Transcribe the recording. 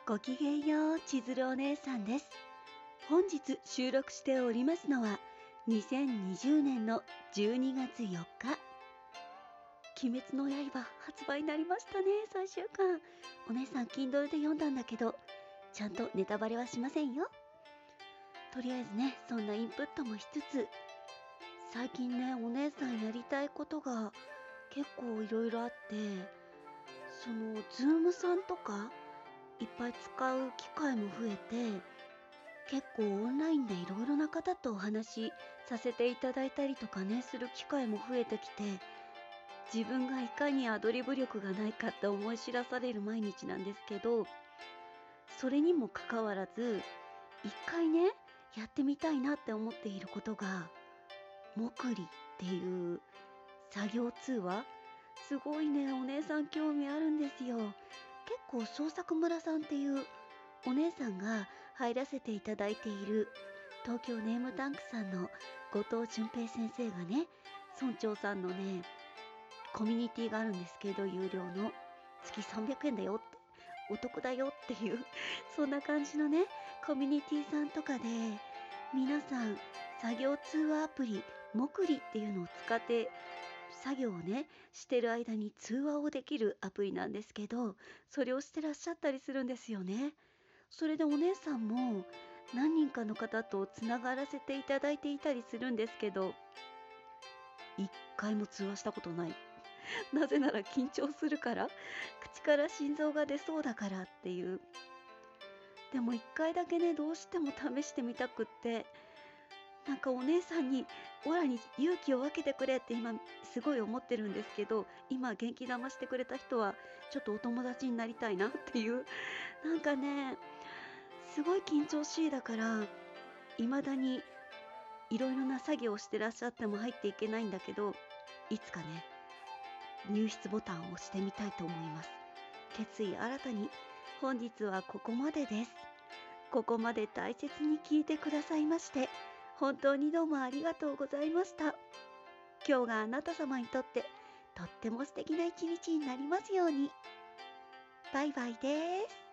ごきげんよう、千鶴お姉さんです。本日収録しておりますのは2020年の12月4日。鬼滅の刃発売になりましたね、最終巻。お姉さん Kindle で読んだんだけど、ちゃんとネタバレはしませんよ。とりあえずね、そんなインプットもしつつ、最近ね、お姉さんやりたいことが結構いろいろあって、ズームさんとかいっぱい使う機会も増えて、結構オンラインでいろいろな方とお話しさせていただいたりとかね、する機会も増えてきて、自分がいかにアドリブ力がないかって思い知らされる毎日なんですけど、それにもかかわらず、一回ね、やってみたいなって思っていることが、もくりっていう作業通話。すごいね、お姉さん興味あるんですよ。結構創作村さんっていうお姉さんが入らせていただいている東京ネームタンクさんの後藤淳平先生がね、村長さんのね、コミュニティがあるんですけど、有料の月300円だよって、お得だよっていうそんな感じのね、コミュニティさんとかで、皆さん作業通話アプリもくりっていうのを使って作業をねしてる間に通話をできるアプリなんですけど、それをしてらっしゃったりするんですよね。それでお姉さんも何人かの方とつながらせていただいていたりするんですけど、一回も通話したことない。なぜなら緊張するから、口から心臓が出そうだからっていう。でも一回だけね、どうしても試してみたくって、なんかお姉さんにオラに勇気を分けてくれって今すごい思ってるんですけど、今元気玉してくれた人はちょっとお友達になりたいなっていう、なんかね、すごい緊張しいだから、未だにいろいろな作業をしてらっしゃっても入っていけないんだけど、いつかね、入室ボタンを押してみたいと思います。決意新たに。本日はここまでです。ここまで大切に聞いてくださいまして本当にどうもありがとうございました。今日があなた様にとってとっても素敵な一日になりますように。バイバイです。